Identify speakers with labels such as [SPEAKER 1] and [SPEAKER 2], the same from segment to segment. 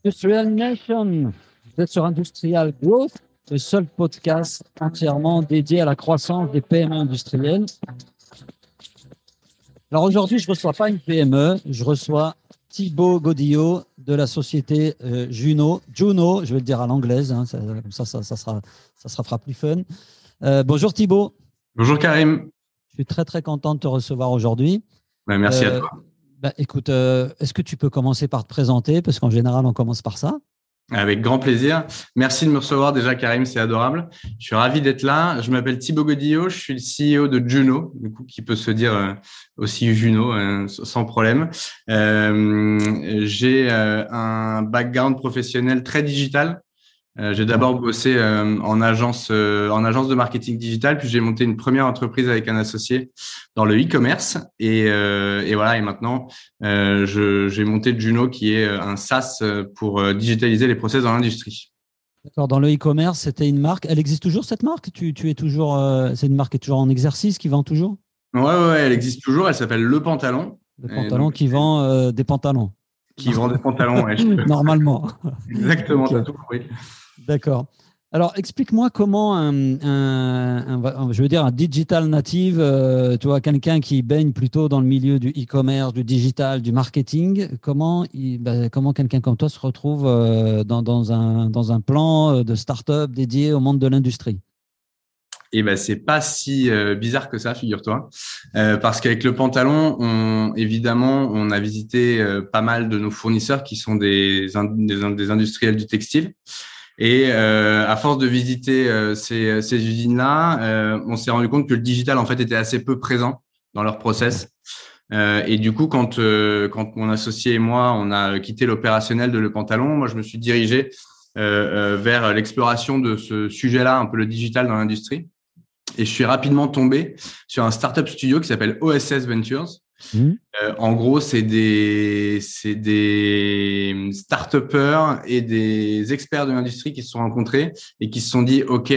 [SPEAKER 1] Industrial Nation, vous êtes sur Industrial Growth, le seul podcast entièrement dédié à la croissance des PME industrielles. Alors aujourd'hui, je ne reçois pas une PME, je reçois Thibaut Godillot de la société Juno, je vais le dire à l'anglaise, hein, ça fera plus fun. Bonjour Thibaut.
[SPEAKER 2] Bonjour Karim.
[SPEAKER 1] Je suis très très content de te recevoir aujourd'hui.
[SPEAKER 2] Merci à toi.
[SPEAKER 1] Écoute, est-ce que tu peux commencer par te présenter? Parce qu'en général, on commence par ça.
[SPEAKER 2] Avec grand plaisir. Merci de me recevoir déjà, Karim, c'est adorable. Je suis ravi d'être là. Je m'appelle Thibaut Godillot, je suis le CEO de Juno, du coup, qui peut se dire aussi Juno sans problème. J'ai un background professionnel très digital. J'ai d'abord bossé en agence de marketing digital, puis j'ai monté une première entreprise avec un associé dans le e-commerce et voilà. Et maintenant, j'ai monté Juno, qui est un SaaS pour digitaliser les process dans l'industrie.
[SPEAKER 1] D'accord. Dans le e-commerce, c'était une marque. Elle existe toujours cette marque? Tu es toujours. C'est une marque qui est toujours en exercice, qui vend toujours?
[SPEAKER 2] Ouais, elle existe toujours. Elle s'appelle Le Pantalon.
[SPEAKER 1] Le pantalon qui vend des pantalons.
[SPEAKER 2] Qui vend des pantalons. Ouais,
[SPEAKER 1] Normalement.
[SPEAKER 2] Exactement.
[SPEAKER 1] Okay.
[SPEAKER 2] T'as tout compris.
[SPEAKER 1] D'accord. Alors, explique-moi comment je veux dire, un digital native, tu vois, quelqu'un qui baigne plutôt dans le milieu du e-commerce, du digital, du marketing, comment quelqu'un comme toi se retrouve dans un plan de start-up dédié au monde de l'industrie?
[SPEAKER 2] Et ben c'est pas si bizarre que ça, figure-toi, parce qu'avec Le Pantalon, évidemment, on a visité pas mal de nos fournisseurs qui sont des industriels du textile. Et à force de visiter ces usines-là, on s'est rendu compte que le digital en fait était assez peu présent dans leur process. Et du coup, quand mon associé et moi, on a quitté l'opérationnel de Le Pantalon, moi je me suis dirigé vers l'exploration de ce sujet-là, un peu le digital dans l'industrie. Et je suis rapidement tombé sur un startup studio qui s'appelle OSS Ventures. En gros, c'est des start-upers et des experts de l'industrie qui se sont rencontrés et qui se sont dit, OK,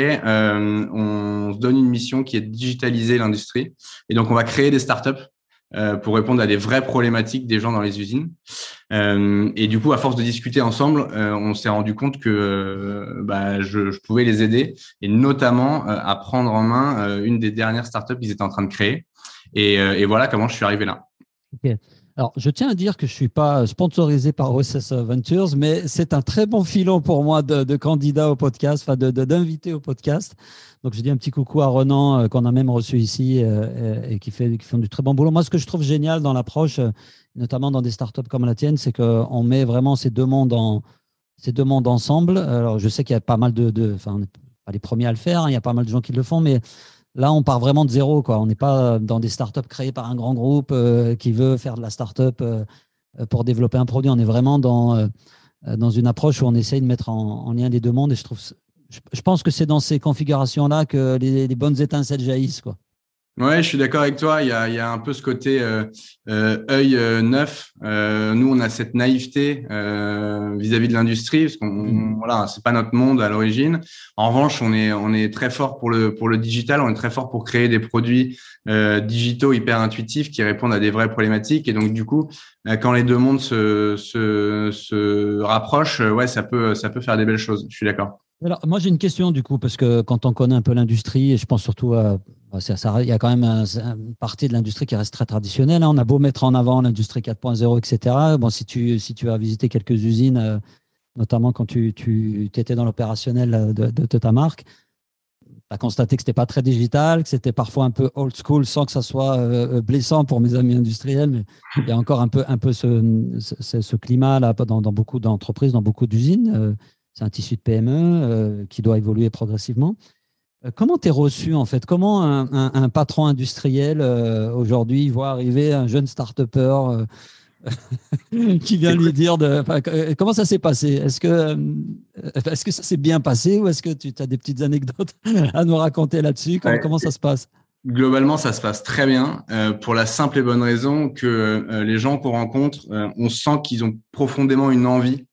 [SPEAKER 2] on se donne une mission qui est de digitaliser l'industrie. Et donc, on va créer des startups pour répondre à des vraies problématiques des gens dans les usines. Et du coup, à force de discuter ensemble, on s'est rendu compte que je pouvais les aider, et notamment à prendre en main une des dernières startups qu'ils étaient en train de créer. Et voilà comment je suis arrivé là.
[SPEAKER 1] Ok. Alors, je tiens à dire que je ne suis pas sponsorisé par OSS Ventures, mais c'est un très bon filon pour moi de candidat au podcast, enfin d'invité au podcast. Donc, je dis un petit coucou à Renan, qu'on a même reçu ici et qui font du très bon boulot. Moi, ce que je trouve génial dans l'approche, notamment dans des startups comme la tienne, c'est qu'on met vraiment ces deux mondes ensemble. Alors, je sais qu'il y a pas mal enfin, on n'est pas les premiers à le faire, hein, il y a pas mal de gens qui le font, mais là, on part vraiment de zéro, quoi. On n'est pas dans des startups créées par un grand groupe qui veut faire de la startup pour développer un produit. On est vraiment dans une approche où on essaye de mettre en lien les deux mondes. Et je pense que c'est dans ces configurations-là que les bonnes étincelles jaillissent, quoi.
[SPEAKER 2] Ouais, je suis d'accord avec toi. Il y a un peu ce côté œil neuf. Nous, on a cette naïveté vis-à-vis de l'industrie, parce qu'on voilà, c'est pas notre monde à l'origine. En revanche, on est très fort pour le digital. On est très fort pour créer des produits digitaux hyper intuitifs qui répondent à des vraies problématiques. Et donc, du coup, quand les deux mondes se rapprochent, ouais, ça peut faire des belles choses. Je suis d'accord.
[SPEAKER 1] Alors, moi, j'ai une question du coup, parce que quand on connaît un peu l'industrie, et je pense surtout à. Il y a quand même une partie de l'industrie qui reste très traditionnelle, hein. On a beau mettre en avant l'industrie 4.0, etc. Bon, si tu as visité quelques usines, notamment quand tu étais dans l'opérationnel de ta marque, tu as constaté que ce n'était pas très digital, que c'était parfois un peu old school sans que ça soit blessant pour mes amis industriels. Mais il y a encore un peu ce climat-là dans beaucoup d'entreprises, dans beaucoup d'usines. C'est un tissu de PME qui doit évoluer progressivement. Comment tu es reçu en fait? Comment un patron industriel aujourd'hui voit arriver un jeune start-upper qui vient lui dire comment ça s'est passé? Est-ce que ça s'est bien passé ou est-ce que tu as des petites anecdotes à nous raconter là-dessus? Comment ça se passe?
[SPEAKER 2] Globalement, ça se passe très bien pour la simple et bonne raison que les gens qu'on rencontre, on sent qu'ils ont profondément une envie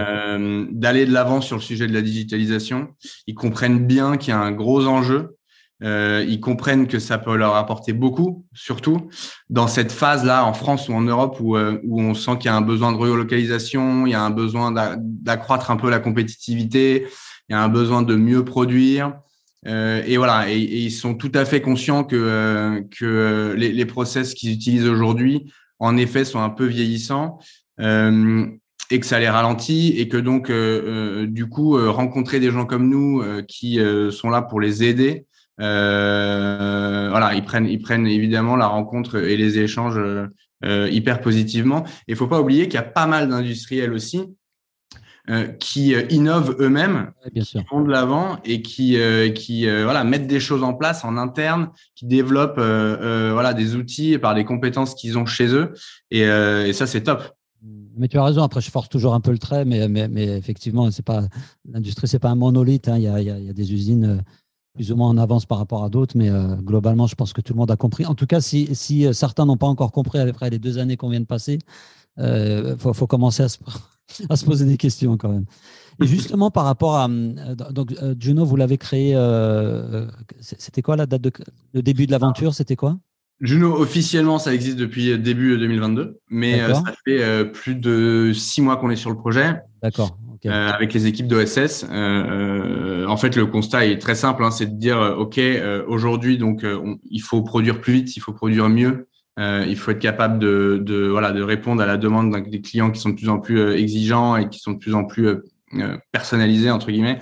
[SPEAKER 2] d'aller de l'avant sur le sujet de la digitalisation. Ils comprennent bien qu'il y a un gros enjeu Ils comprennent que ça peut leur apporter beaucoup, surtout dans cette phase-là en France ou en Europe où on sent qu'il y a un besoin de relocalisation, il y a un besoin d'accroître un peu la compétitivité, il y a un besoin de mieux produire. Et voilà, et ils sont tout à fait conscients que les process qu'ils utilisent aujourd'hui, en effet, sont un peu vieillissants. Et que ça les ralentit et que donc du coup rencontrer des gens comme nous qui sont là pour les aider, voilà, ils prennent évidemment la rencontre et les échanges hyper positivement. Et il faut pas oublier qu'il y a pas mal d'industriels aussi qui innovent eux-mêmes,
[SPEAKER 1] Ouais, bien
[SPEAKER 2] qui
[SPEAKER 1] sûr.
[SPEAKER 2] vont de l'avant et qui voilà, mettent des choses en place en interne, qui développent voilà, des outils par les compétences qu'ils ont chez eux. Et ça, c'est top.
[SPEAKER 1] Mais tu as raison. Après, je force toujours un peu le trait, mais effectivement, c'est pas l'industrie, c'est pas un monolithe, hein. Il y a des usines plus ou moins en avance par rapport à d'autres, mais globalement, je pense que tout le monde a compris. En tout cas, si certains n'ont pas encore compris après les 2 années qu'on vient de passer, faut commencer à se poser des questions quand même. Et justement, par rapport à donc Juno, vous l'avez créé. C'était quoi la date le début de l'aventure? C'était quoi?
[SPEAKER 2] Juno, officiellement, ça existe depuis début 2022, mais
[SPEAKER 1] D'accord,
[SPEAKER 2] ça fait plus de 6 mois qu'on est sur le projet
[SPEAKER 1] d'accord, ok.
[SPEAKER 2] avec les équipes d'OSS. En fait, le constat est très simple, hein, c'est de dire, OK, aujourd'hui, donc, il faut produire plus vite, il faut produire mieux, il faut être capable voilà, de répondre à la demande des clients qui sont de plus en plus exigeants et qui sont de plus en plus personnalisés, entre guillemets.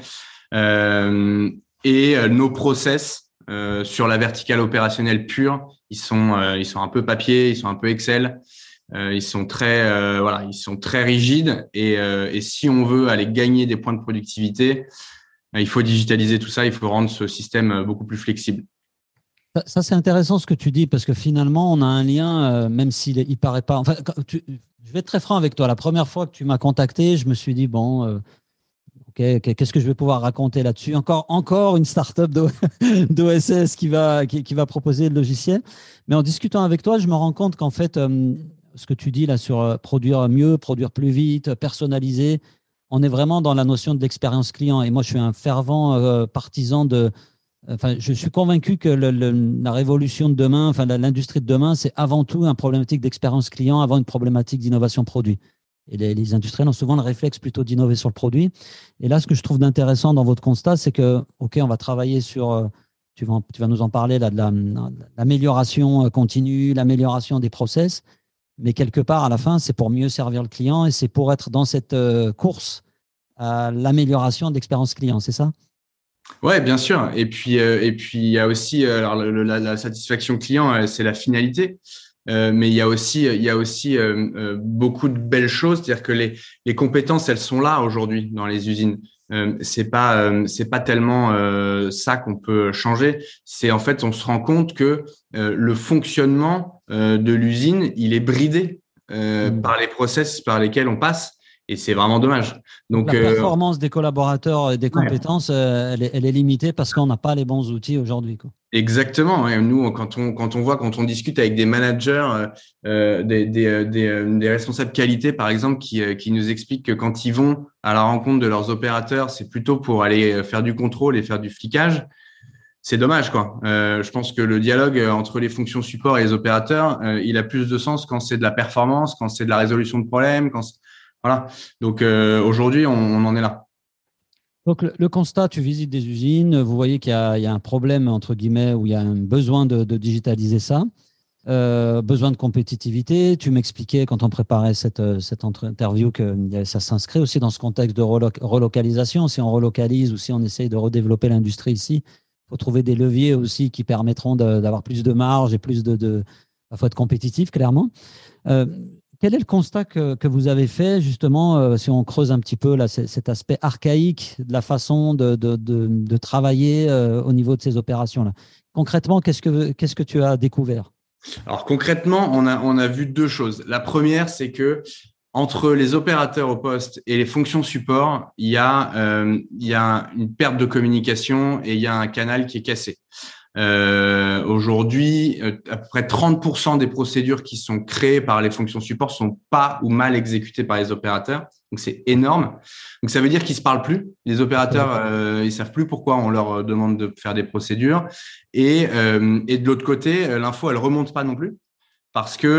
[SPEAKER 2] Nos process sur la verticale opérationnelle pure, ils sont un peu papier, ils sont un peu Excel. Ils sont très voilà, ils sont très rigides et si on veut aller gagner des points de productivité, il faut digitaliser tout ça, il faut rendre ce système beaucoup plus flexible.
[SPEAKER 1] Ça, c'est intéressant ce que tu dis parce que finalement, on a un lien, même s'il il paraît pas. Enfin, je vais être très franc avec toi. La première fois que tu m'as contacté, je me suis dit bon, ok, qu'est-ce que je vais pouvoir raconter là-dessus? Encore une startup d'OSS qui va proposer le logiciel. Mais en discutant avec toi, je me rends compte qu'en fait, ce que tu dis là sur produire mieux, produire plus vite, personnaliser, on est vraiment dans la notion de l'expérience client. Et moi, je suis un fervent partisan de. Enfin, je suis convaincu que la révolution de demain, enfin l'industrie de demain, c'est avant tout une problématique d'expérience client avant une problématique d'innovation produit. Et les industriels ont souvent le réflexe plutôt d'innover sur le produit. Et là, ce que je trouve d'intéressant dans votre constat, c'est que, OK, on va travailler sur, tu vas nous en parler là, de l'amélioration continue, l'amélioration des process, mais quelque part, à la fin, c'est pour mieux servir le client et c'est pour être dans cette course à l'amélioration de l'expérience client, c'est ça?
[SPEAKER 2] Ouais, bien sûr. Et puis il y a aussi alors la satisfaction client, c'est la finalité. Mais il y a aussi beaucoup de belles choses, c'est-à-dire que les compétences, elles sont là aujourd'hui dans les usines. C'est pas tellement ça qu'on peut changer. C'est en fait, on se rend compte que le fonctionnement de l'usine, il est bridé
[SPEAKER 1] Hmm.
[SPEAKER 2] par les process par lesquels on passe, et c'est vraiment dommage.
[SPEAKER 1] Donc,
[SPEAKER 2] Donc
[SPEAKER 1] la performance des collaborateurs et des
[SPEAKER 2] ouais.
[SPEAKER 1] compétences, elle est limitée parce qu'on n'a pas les bons outils aujourd'hui, quoi.
[SPEAKER 2] Exactement. Ouais. Nous, quand on discute avec des managers, des responsables qualité, par exemple, qui nous expliquent que quand ils vont à la rencontre de leurs opérateurs, c'est plutôt pour aller faire du contrôle et faire du flicage. C'est dommage, quoi. Je pense que le dialogue entre les fonctions support et les opérateurs, il a plus de sens quand c'est de la performance, quand c'est de la résolution de problèmes, voilà. Donc aujourd'hui, on en est là.
[SPEAKER 1] Donc, le constat, tu visites des usines, vous voyez qu'il y a un problème, entre guillemets, où il y a un besoin de digitaliser ça, besoin de compétitivité. Tu m'expliquais quand on préparait cette interview que ça s'inscrit aussi dans ce contexte de relocalisation. Si on relocalise ou si on essaye de redévelopper l'industrie ici, il faut trouver des leviers aussi qui permettront d'avoir plus de marge et plus il faut être compétitif, clairement. Euh, Quel est le constat que vous avez fait, justement, si on creuse un petit peu là, cet aspect archaïque de la façon de travailler au niveau de ces opérations-là? Concrètement, qu'est-ce que tu as découvert?
[SPEAKER 2] Alors concrètement, on a vu deux choses. La première, c'est que entre les opérateurs au poste et les fonctions support, il y a une perte de communication et il y a un canal qui est cassé. Aujourd'hui, à peu près 30% des procédures qui sont créées par les fonctions support sont pas ou mal exécutées par les opérateurs. Donc, c'est énorme. Donc, ça veut dire qu'ils se parlent plus. Les opérateurs, ils savent plus pourquoi on leur demande de faire des procédures. Et de l'autre côté, l'info, elle remonte pas non plus. Parce que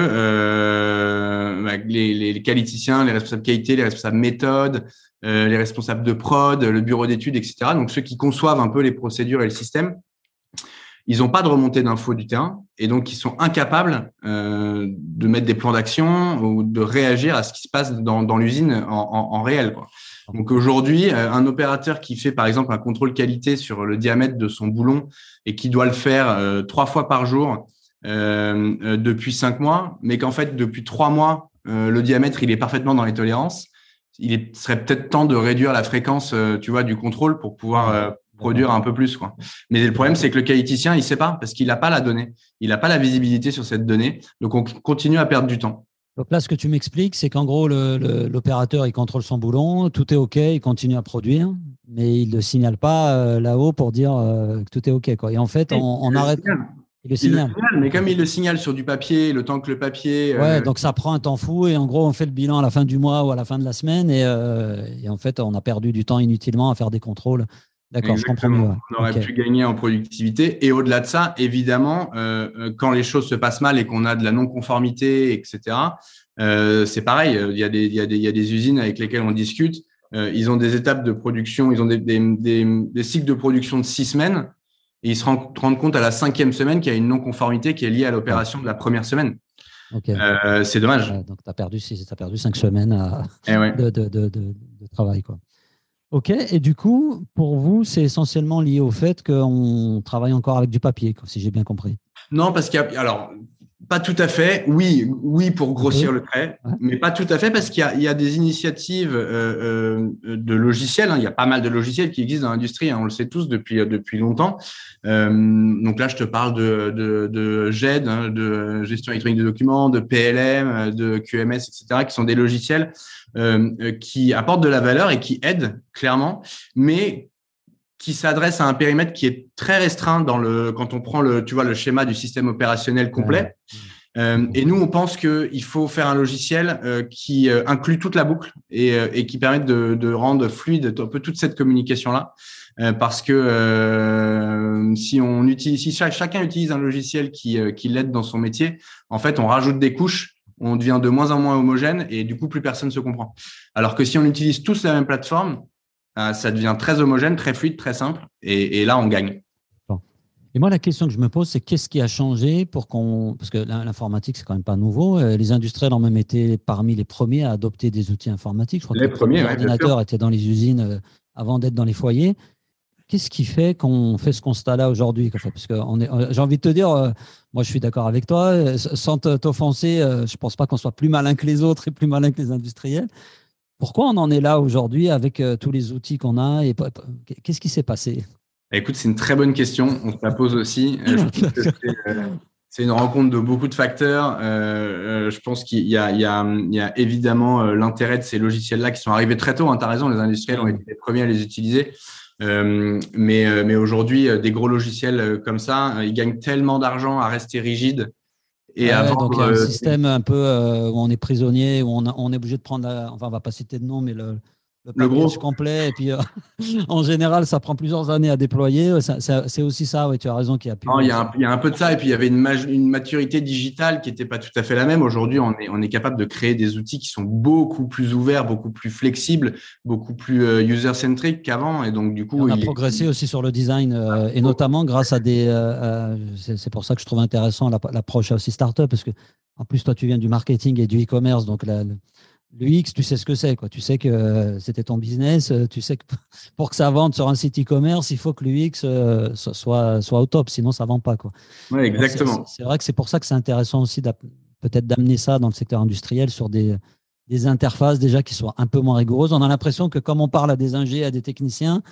[SPEAKER 2] les qualiticiens, les responsables qualité, les responsables méthode, les responsables de prod, le bureau d'études, etc., donc ceux qui conçoivent un peu les procédures et le système, ils n'ont pas de remontée d'infos du terrain et donc ils sont incapables de mettre des plans d'action ou de réagir à ce qui se passe dans l'usine en réel, quoi. Donc aujourd'hui, un opérateur qui fait par exemple un contrôle qualité sur le diamètre de son boulon et qui doit le faire 3 fois par jour depuis 5 mois, mais qu'en fait depuis 3 mois, le diamètre il est parfaitement dans les tolérances, serait peut-être temps de réduire la fréquence, tu vois, du contrôle pour pouvoir produire un peu plus, quoi. Mais le problème, c'est que le qualiticien, il sait pas parce qu'il n'a pas la donnée, il n'a pas la visibilité sur cette donnée, donc on continue à perdre du temps.
[SPEAKER 1] Donc là, ce que tu m'expliques, c'est qu'en gros, l'opérateur, il contrôle son boulon, tout est OK, il continue à produire, mais il ne le signale pas là-haut pour dire que tout est OK, quoi. Et en fait, on arrête.
[SPEAKER 2] Il le signale, mais comme il le signale sur du papier, le temps que le papier…
[SPEAKER 1] Ouais, donc ça prend un temps fou et en gros, on fait le bilan à la fin du mois ou à la fin de la semaine et en fait, on a perdu du temps inutilement à faire des contrôles. D'accord, je comprends mieux. Ouais.
[SPEAKER 2] On aurait pu gagner en productivité. Et au-delà de ça, évidemment, quand les choses se passent mal et qu'on a de la non-conformité, etc., c'est pareil. Il y a des usines avec lesquelles on discute. Ils ont des étapes de production, ils ont des cycles de production de 6 semaines. Et ils se rendent compte à la 5e semaine qu'il y a une non-conformité qui est liée à l'opération de la première semaine.
[SPEAKER 1] Okay.
[SPEAKER 2] C'est dommage.
[SPEAKER 1] Ouais, donc, tu as perdu 5 semaines de travail, quoi. OK. Et du coup, pour vous, c'est essentiellement lié au fait qu'on travaille encore avec du papier, quoi, si j'ai bien compris.
[SPEAKER 2] Non, parce qu'il y a… Alors, pas tout à fait. Oui, pour grossir le trait, mais pas tout à fait parce qu'il y a des initiatives de logiciels. Hein. Il y a pas mal de logiciels qui existent dans l'industrie. Hein, on le sait tous depuis longtemps. Donc là, je te parle de GED, hein, de gestion électronique de documents, de PLM, de QMS, etc., qui sont des logiciels qui apportent de la valeur et qui aident clairement, mais qui s'adresse à un périmètre qui est très restreint quand on prend le schéma du système opérationnel complet. Et nous, on pense qu'il faut faire un logiciel qui inclut toute la boucle et qui permette de rendre fluide un peu toute cette communication-là. Parce que si chacun utilise un logiciel qui l'aide dans son métier, en fait, on rajoute des couches, on devient de moins en moins homogène et du coup, plus personne se comprend. Alors que si on utilise tous la même plateforme, ça devient très homogène, très fluide, très simple. Et là, on gagne.
[SPEAKER 1] Et moi, la question que je me pose, c'est qu'est-ce qui a changé pour qu'on… Parce que l'informatique, c'est quand même pas nouveau. Les industriels ont même été parmi les premiers à adopter des outils informatiques. Je crois que les premiers ordinateurs étaient dans les usines avant d'être dans les foyers. Qu'est-ce qui fait qu'on fait ce constat-là aujourd'hui? Parce que j'ai envie de te dire, moi, je suis d'accord avec toi. Sans t'offenser, je pense pas qu'on soit plus malin que les autres et plus malin que les industriels. Pourquoi on en est là aujourd'hui avec tous les outils qu'on a et qu'est-ce qui s'est passé?
[SPEAKER 2] Écoute, c'est une très bonne question. On se la pose aussi. Je pense que c'est une rencontre de beaucoup de facteurs. Je pense qu'il y a évidemment l'intérêt de ces logiciels-là qui sont arrivés très tôt. Hein, tu as raison, les industriels ont été les premiers à les utiliser. Mais aujourd'hui, des gros logiciels comme ça, ils gagnent tellement d'argent à rester rigides. Et
[SPEAKER 1] donc il y a un système un peu où on est prisonnier, où on est obligé de prendre enfin on va pas citer de nom, mais le package complet. Et puis en général, ça prend plusieurs années à déployer. C'est aussi ça, oui, tu as raison qu'il y a plus.
[SPEAKER 2] Il y a un peu de ça. Et puis il y avait une maturité digitale qui n'était pas tout à fait la même. Aujourd'hui, on est capable de créer des outils qui sont beaucoup plus ouverts, beaucoup plus flexibles, beaucoup plus user-centric qu'avant. Et donc du coup,
[SPEAKER 1] on a progressé aussi sur le design et notamment grâce à des. C'est pour ça que je trouve intéressant l'approche aussi startup, parce que en plus toi tu viens du marketing et du e-commerce, donc l'UX, tu sais ce que c'est, quoi. Tu sais que c'était ton business. Tu sais que pour que ça vende sur un site e-commerce, il faut que l'UX soit au top, sinon ça ne vend pas, quoi.
[SPEAKER 2] Oui, exactement.
[SPEAKER 1] C'est vrai que c'est pour ça que c'est intéressant aussi peut-être d'amener ça dans le secteur industriel sur des interfaces déjà qui soient un peu moins rigoureuses. On a l'impression que comme on parle à des ingés, à des techniciens,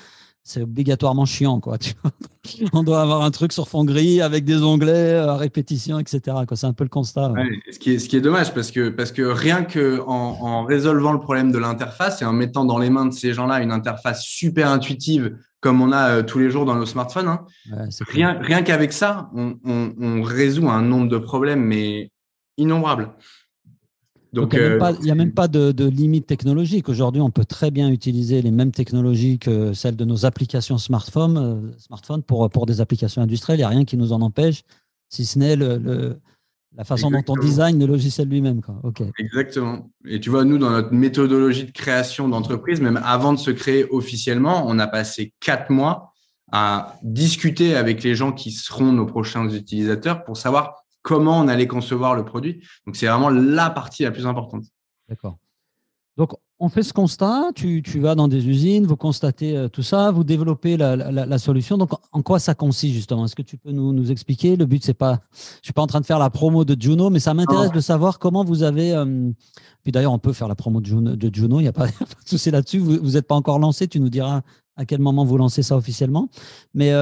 [SPEAKER 1] c'est obligatoirement chiant, quoi. Tu vois. On doit avoir un truc sur fond gris avec des onglets à répétition, etc., quoi. C'est un peu le constat. Ouais.
[SPEAKER 2] Ouais, ce qui est dommage parce que rien que en résolvant le problème de l'interface et en mettant dans les mains de ces gens-là une interface super intuitive comme on a tous les jours dans nos smartphones, hein,
[SPEAKER 1] Ouais, c'est clair.
[SPEAKER 2] rien qu'avec ça, on résout un nombre de problèmes mais innombrables.
[SPEAKER 1] Donc,
[SPEAKER 2] Donc,
[SPEAKER 1] il y a même pas de limite technologique. Aujourd'hui, on peut très bien utiliser les mêmes technologies que celles de nos applications smartphone pour des applications industrielles. Il n'y a rien qui nous en empêche, si ce n'est la façon dont on
[SPEAKER 2] exactement.
[SPEAKER 1] design le logiciel lui-même, quoi. OK.
[SPEAKER 2] Exactement. Et tu vois, nous, dans notre méthodologie de création d'entreprise, même avant de se créer officiellement, on a passé 4 mois à discuter avec les gens qui seront nos prochains utilisateurs pour savoir comment on allait concevoir le produit. Donc, c'est vraiment la partie la plus importante.
[SPEAKER 1] D'accord. Donc, on fait ce constat, tu vas dans des usines, vous constatez tout ça, vous développez la solution. Donc, en quoi ça consiste justement? Est-ce que tu peux nous expliquer? Le but, c'est pas, je suis pas en train de faire la promo de Juno, mais ça m'intéresse de savoir comment vous avez. Puis d'ailleurs, on peut faire la promo de Juno, il n'y a pas, pas de souci là-dessus. Vous n'êtes pas encore lancé, tu nous diras à quel moment vous lancez ça officiellement. Mais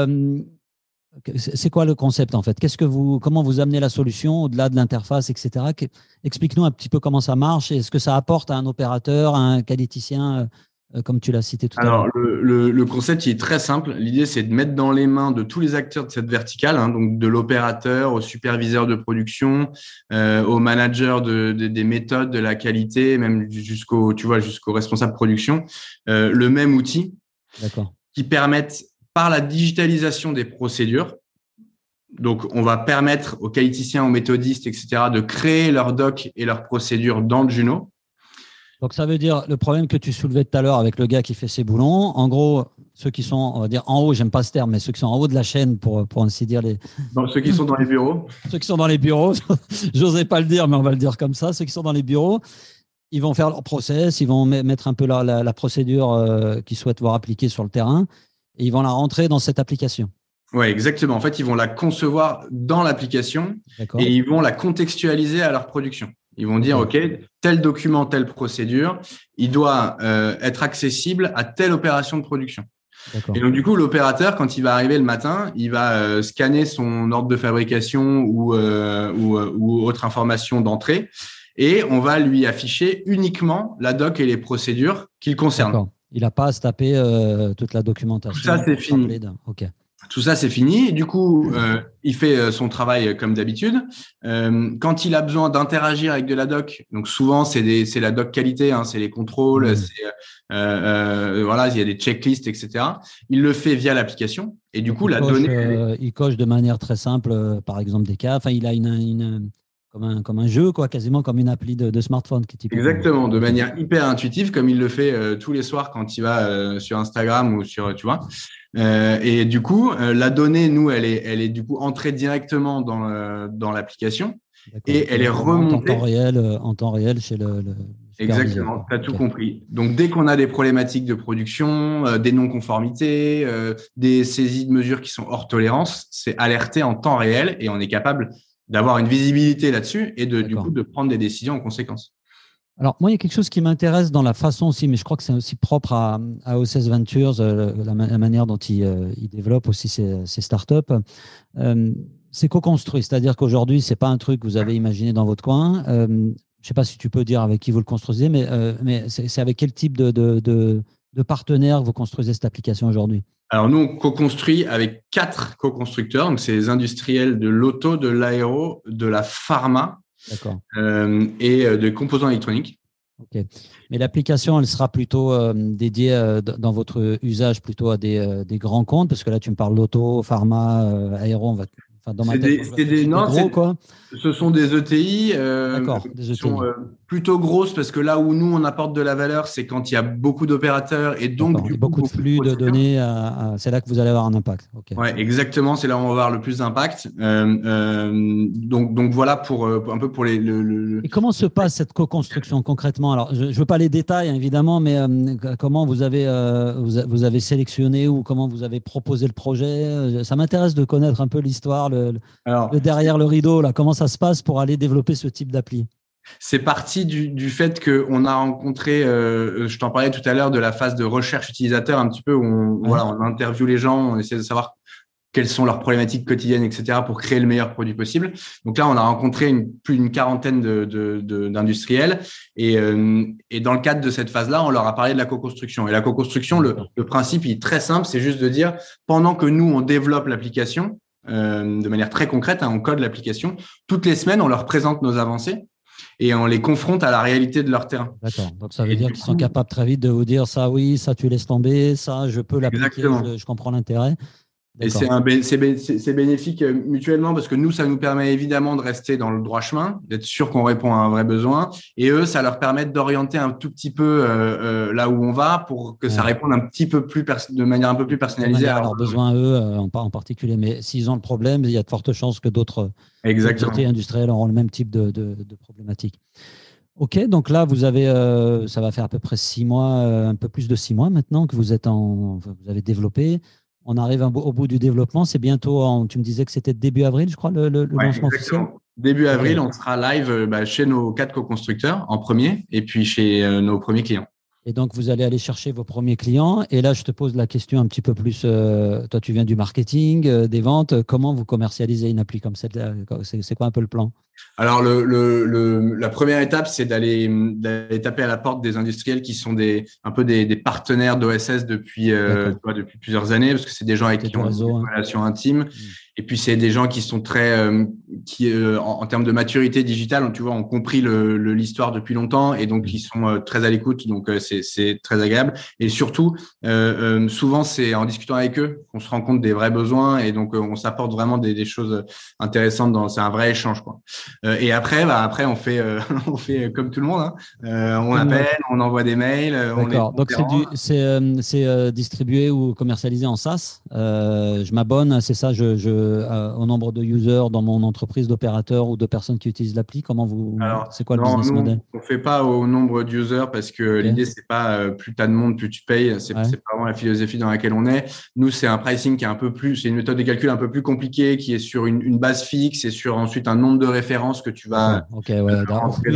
[SPEAKER 1] c'est quoi le concept en fait? Comment vous amenez la solution au-delà de l'interface, etc. Explique-nous un petit peu comment ça marche et est-ce que ça apporte à un opérateur, à un qualiticien, comme tu l'as cité tout à l'heure.
[SPEAKER 2] Alors, le concept il est très simple. L'idée, c'est de mettre dans les mains de tous les acteurs de cette verticale, hein, donc de l'opérateur au superviseur de production, au manager des méthodes, de la qualité, même jusqu'au responsable de production, le même outil
[SPEAKER 1] D'accord.
[SPEAKER 2] qui permettent, par la digitalisation des procédures, donc on va permettre aux qualiticiens, aux méthodistes, etc., de créer leurs docs et leurs procédures dans le Juno.
[SPEAKER 1] Donc ça veut dire le problème que tu soulevais tout à l'heure avec le gars qui fait ses boulons. En gros, ceux qui sont, on va dire en haut, j'aime pas ce terme, mais ceux qui sont en haut de la chaîne, pour ainsi dire,
[SPEAKER 2] Donc, ceux qui sont dans les bureaux.
[SPEAKER 1] ceux qui sont dans les bureaux, j'osais pas le dire, mais on va le dire comme ça, ceux qui sont dans les bureaux, ils vont faire leur process, ils vont mettre un peu la procédure qu'ils souhaitent voir appliquée sur le terrain et ils vont la rentrer dans cette application.
[SPEAKER 2] Oui, exactement. En fait, ils vont la concevoir dans l'application
[SPEAKER 1] D'accord.
[SPEAKER 2] et ils vont la contextualiser à leur production. Ils vont dire, OK, tel document, telle procédure, il doit être accessible à telle opération de production.
[SPEAKER 1] D'accord.
[SPEAKER 2] Et donc, du coup, l'opérateur, quand il va arriver le matin, il va scanner son ordre de fabrication ou autre information d'entrée et on va lui afficher uniquement la doc et les procédures qu'il concerne.
[SPEAKER 1] D'accord. Il n'a pas à se taper toute la documentation.
[SPEAKER 2] Tout ça, c'est fini.
[SPEAKER 1] OK.
[SPEAKER 2] Tout ça, c'est fini. Et du coup, il fait son travail comme d'habitude. Quand il a besoin d'interagir avec de la doc, donc souvent c'est la doc qualité, hein, c'est les contrôles, voilà, il y a des checklists, etc. Il le fait via l'application. Et du coup, la donnée,
[SPEAKER 1] il coche de manière très simple, par exemple des cas. Enfin, il a comme un jeu, quoi, quasiment comme une appli de smartphone qui typiquement.
[SPEAKER 2] exactement, de manière hyper intuitive, comme il le fait tous les soirs quand il va sur Instagram ou sur, tu vois. Et du coup, la donnée, nous, elle est du coup entrée directement dans l'application et elle est remontée
[SPEAKER 1] en temps réel chez le
[SPEAKER 2] exactement, tu as tout
[SPEAKER 1] OK.
[SPEAKER 2] compris. Donc, dès qu'on a des problématiques de production, des non-conformités, des saisies de mesures qui sont hors tolérance, c'est alerté en temps réel et on est capable d'avoir une visibilité là-dessus et du coup de prendre des décisions en conséquence.
[SPEAKER 1] Alors, moi, il y a quelque chose qui m'intéresse dans la façon aussi, mais je crois que c'est aussi propre à OSS Ventures, la manière dont il développe aussi ses startups. C'est co-construit, c'est-à-dire qu'aujourd'hui, ce n'est pas un truc que vous avez imaginé dans votre coin. Je ne sais pas si tu peux dire avec qui vous le construisez, mais c'est avec quel type de partenaire vous construisez cette application aujourd'hui?
[SPEAKER 2] Alors, nous, on co-construit avec 4 co-constructeurs. Donc, c'est les industriels de l'auto, de l'aéro, de la pharma et de composants électroniques.
[SPEAKER 1] OK. Mais l'application, elle sera plutôt dédiée dans votre usage plutôt à des grands comptes, parce que là, tu me parles d'auto, pharma, aéro, dans ma tête,
[SPEAKER 2] ce sont des ETI
[SPEAKER 1] des ETI.
[SPEAKER 2] qui sont plutôt grosses parce que là où nous, on apporte de la valeur, c'est quand il y a beaucoup d'opérateurs et donc du coup,
[SPEAKER 1] beaucoup de flux de données. C'est là que vous allez avoir un impact. Okay.
[SPEAKER 2] Ouais, exactement. C'est là où on va avoir le plus d'impact. Donc voilà pour un peu pour
[SPEAKER 1] Et comment se passe cette co-construction concrètement? Alors, je ne veux pas les détails, hein, évidemment, mais comment vous avez sélectionné ou comment vous avez proposé le projet? Ça m'intéresse de connaître un peu l'histoire, le derrière le rideau. Là, comment ça se passe pour aller développer ce type d'appli?
[SPEAKER 2] C'est parti du fait qu'on a rencontré, je t'en parlais tout à l'heure de la phase de recherche utilisateur un petit peu où on interviewe les gens, on essaie de savoir quelles sont leurs problématiques quotidiennes, etc., pour créer le meilleur produit possible. Donc là, on a rencontré plus d'une quarantaine d'industriels et dans le cadre de cette phase-là, on leur a parlé de la co-construction. Et la co-construction, le principe il est très simple, c'est juste de dire, pendant que nous, on développe l'application de manière très concrète, on code l'application, toutes les semaines, on leur présente nos avancées et on les confronte à la réalité de leur terrain.
[SPEAKER 1] D'accord. Donc, ça veut dire qu'ils sont capables très vite de vous dire ça, oui, ça, tu laisses tomber, ça, je peux l'appliquer, je comprends l'intérêt.
[SPEAKER 2] Et c'est bénéfique mutuellement parce que nous, ça nous permet évidemment de rester dans le droit chemin, d'être sûr qu'on répond à un vrai besoin. Et eux, ça leur permet d'orienter un tout petit peu là où on va pour que ça réponde un petit peu plus de manière un peu plus personnalisée
[SPEAKER 1] à leurs besoins, eux, en particulier. Mais s'ils ont le problème, il y a de fortes chances que d'autres entités industrielles auront le même type de problématique. Ok, donc là, vous avez, ça va faire à peu près 6 mois, un peu plus de 6 mois maintenant que vous avez développé. On arrive au bout du développement. C'est bientôt, tu me disais que c'était début avril, je crois, le lancement officiel.
[SPEAKER 2] Début avril, on sera live chez nos 4 co-constructeurs en premier et puis chez nos premiers clients.
[SPEAKER 1] Et donc, vous allez aller chercher vos premiers clients. Et là, je te pose la question un petit peu plus. Toi, tu viens du marketing, des ventes. Comment vous commercialisez une appli comme cette? C'est quoi un peu le plan?
[SPEAKER 2] Alors, la première étape, c'est d'aller taper à la porte des industriels qui sont un peu des partenaires d'OSS depuis plusieurs années, parce que c'est des gens avec qui on a une relation intime. Et puis, c'est des gens qui sont en termes de maturité digitale, tu vois, ont compris l'histoire depuis longtemps et donc ils sont très à l'écoute. Donc, c'est très agréable. Et surtout, souvent, c'est en discutant avec eux qu'on se rend compte des vrais besoins et donc on s'apporte vraiment des choses intéressantes. C'est un vrai échange, quoi. Et après, on fait, on fait comme tout le monde. On appelle, on envoie des mails.
[SPEAKER 1] D'accord. Donc c'est distribué ou commercialisé en SaaS. Je m'abonne, c'est ça. Au nombre de users dans mon entreprise, d'opérateurs ou de personnes qui utilisent l'appli. C'est quoi le business model?
[SPEAKER 2] On fait pas au nombre d'users parce que l'idée c'est pas plus tu as de monde, plus tu payes. C'est pas vraiment la philosophie dans laquelle on est. Nous, c'est un pricing qui est un peu plus, c'est une méthode de calcul un peu plus compliquée qui est sur une base fixe et sur ensuite un nombre de références que tu vas.
[SPEAKER 1] Au flux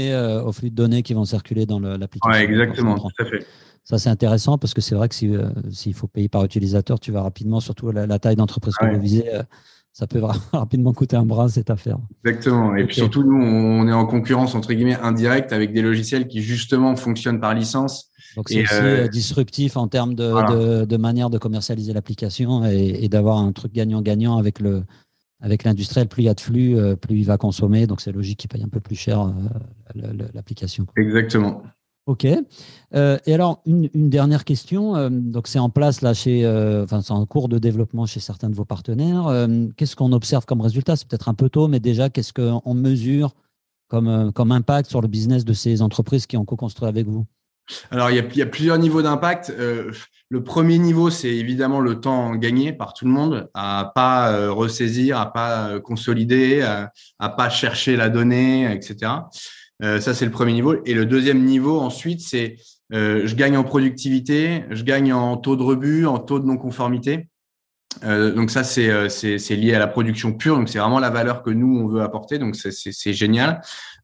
[SPEAKER 1] de données qui vont circuler dans l'application.
[SPEAKER 2] Ouais, exactement, tout à fait.
[SPEAKER 1] Ça, c'est intéressant parce que c'est vrai que s'il faut payer par utilisateur, tu vas rapidement, surtout la taille d'entreprise que vous visez, ça peut rapidement coûter un bras, cette affaire.
[SPEAKER 2] Exactement. Et puis surtout, nous, on est en concurrence, entre guillemets, indirecte avec des logiciels qui, justement, fonctionnent par licence.
[SPEAKER 1] Donc, c'est aussi disruptif en termes de manière de commercialiser l'application et d'avoir un truc gagnant-gagnant avec l'industriel. Plus il y a de flux, plus il va consommer. Donc, c'est logique qu'il paye un peu plus cher l'application.
[SPEAKER 2] Exactement.
[SPEAKER 1] Ok. Et alors, une dernière question. Donc, c'est en place là c'est en cours de développement chez certains de vos partenaires. Qu'est-ce qu'on observe comme résultat? C'est peut-être un peu tôt, mais déjà, qu'est-ce qu'on mesure comme impact sur le business de ces entreprises qui ont co-construit avec vous?
[SPEAKER 2] Alors, il y a plusieurs niveaux d'impact. Le premier niveau, c'est évidemment le temps gagné par tout le monde à pas ressaisir, à pas consolider, à pas chercher la donnée, etc. Ça, c'est le premier niveau. Et le deuxième niveau, ensuite, c'est je gagne en productivité, je gagne en taux de rebut, en taux de non-conformité. Donc ça, c'est lié à la production pure. Donc, c'est vraiment la valeur que nous, on veut apporter. Donc, c'est génial.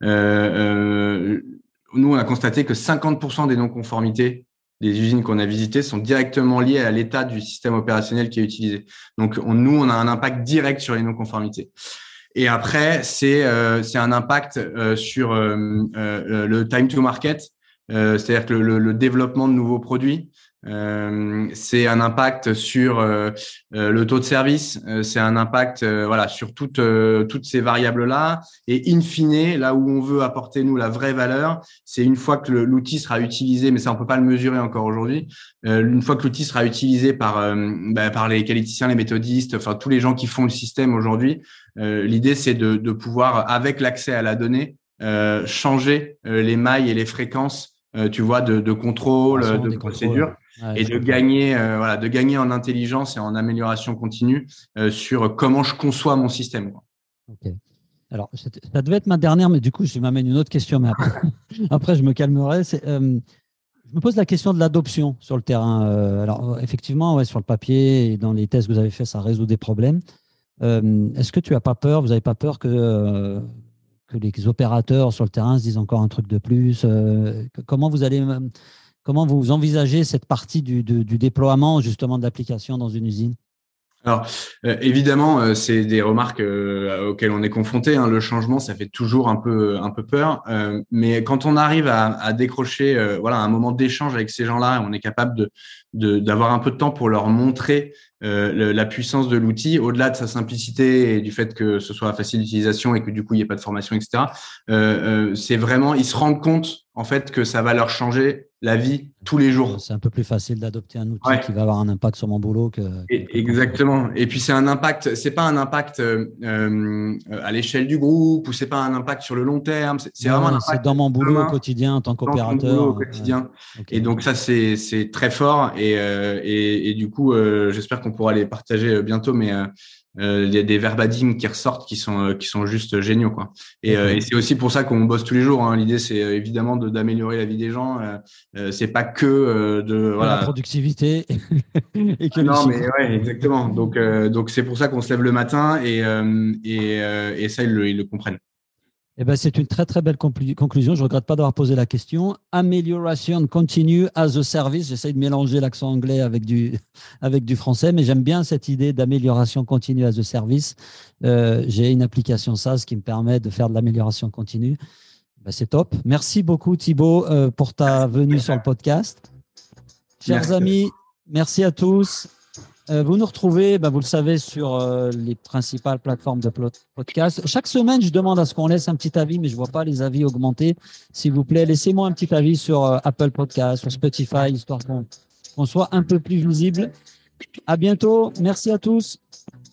[SPEAKER 2] Nous, on a constaté que 50% des non-conformités des usines qu'on a visitées sont directement liées à l'état du système opérationnel qui est utilisé. Donc, nous, on a un impact direct sur les non-conformités. Et après, c'est un impact sur le time to market, c'est-à-dire que le développement de nouveaux produits. C'est un impact sur le taux de service, c'est un impact sur toutes ces variables-là. Et in fine, là où on veut apporter, nous, la vraie valeur, c'est une fois que l'outil sera utilisé, mais ça, on peut pas le mesurer encore aujourd'hui, une fois que l'outil sera utilisé par les qualiticiens, les méthodistes, enfin tous les gens qui font le système aujourd'hui, l'idée, c'est de pouvoir, avec l'accès à la donnée, changer les mailles et les fréquences, tu vois, de contrôle, de procédure. Et de gagner en intelligence et en amélioration continue sur comment je conçois mon système.
[SPEAKER 1] Ok. Alors, ça devait être ma dernière, mais du coup, je m'amène une autre question. Mais après je me calmerai. Je me pose la question de l'adoption sur le terrain. Alors, effectivement, sur le papier et dans les tests que vous avez faits, ça résout des problèmes. Est-ce que tu n'as pas peur, vous n'avez pas peur que que les opérateurs sur le terrain se disent encore un truc de plus. Comment vous envisagez cette partie du déploiement justement de l'application dans une usine?
[SPEAKER 2] Alors, évidemment, c'est des remarques auxquelles on est confronté. Hein. Le changement, ça fait toujours un peu peur. Mais quand on arrive à décrocher, voilà, un moment d'échange avec ces gens-là, on est capable d'avoir un peu de temps pour leur montrer la puissance de l'outil, au-delà de sa simplicité et du fait que ce soit facile d'utilisation et que du coup il n'y ait pas de formation, etc. C'est vraiment, ils se rendent compte en fait que ça va leur changer la vie tous les jours.
[SPEAKER 1] C'est un peu plus facile d'adopter un outil
[SPEAKER 2] Ouais.
[SPEAKER 1] qui va avoir un impact sur mon boulot que
[SPEAKER 2] Exactement. Et puis c'est un impact, c'est pas un impact à l'échelle du groupe ou c'est pas un impact sur le long terme. C'est vraiment un
[SPEAKER 1] c'est
[SPEAKER 2] impact
[SPEAKER 1] dans mon boulot au
[SPEAKER 2] demain,
[SPEAKER 1] quotidien en tant
[SPEAKER 2] dans ton boulot au
[SPEAKER 1] qu'opérateur.
[SPEAKER 2] quotidien.
[SPEAKER 1] Okay.
[SPEAKER 2] Et donc ça c'est très fort et du coup j'espère qu'on pourra les partager bientôt. Mais il y a des verbadims qui ressortent qui sont juste géniaux quoi. Et c'est aussi pour ça qu'on bosse tous les jours. Hein. L'idée c'est évidemment d'améliorer la vie des gens. C'est pas que
[SPEAKER 1] la productivité et que
[SPEAKER 2] non mais ouais exactement. Donc c'est pour ça qu'on se lève le matin et ça ils le comprennent.
[SPEAKER 1] Eh ben, c'est une très, très belle conclusion. Je ne regrette pas d'avoir posé la question. Amélioration continue as a service. J'essaie de mélanger l'accent anglais avec du français, mais j'aime bien cette idée d'amélioration continue as a service. J'ai une application SaaS qui me permet de faire de l'amélioration continue. Ben, c'est top. Merci beaucoup, Thibaut, pour ta venue sur le podcast. Chers amis, merci à tous. Vous nous retrouvez, vous le savez, sur les principales plateformes de podcast. Chaque semaine, je demande à ce qu'on laisse un petit avis, mais je ne vois pas les avis augmenter. S'il vous plaît, laissez-moi un petit avis sur Apple Podcast, sur Spotify, histoire qu'on soit un peu plus visible. À bientôt. Merci à tous.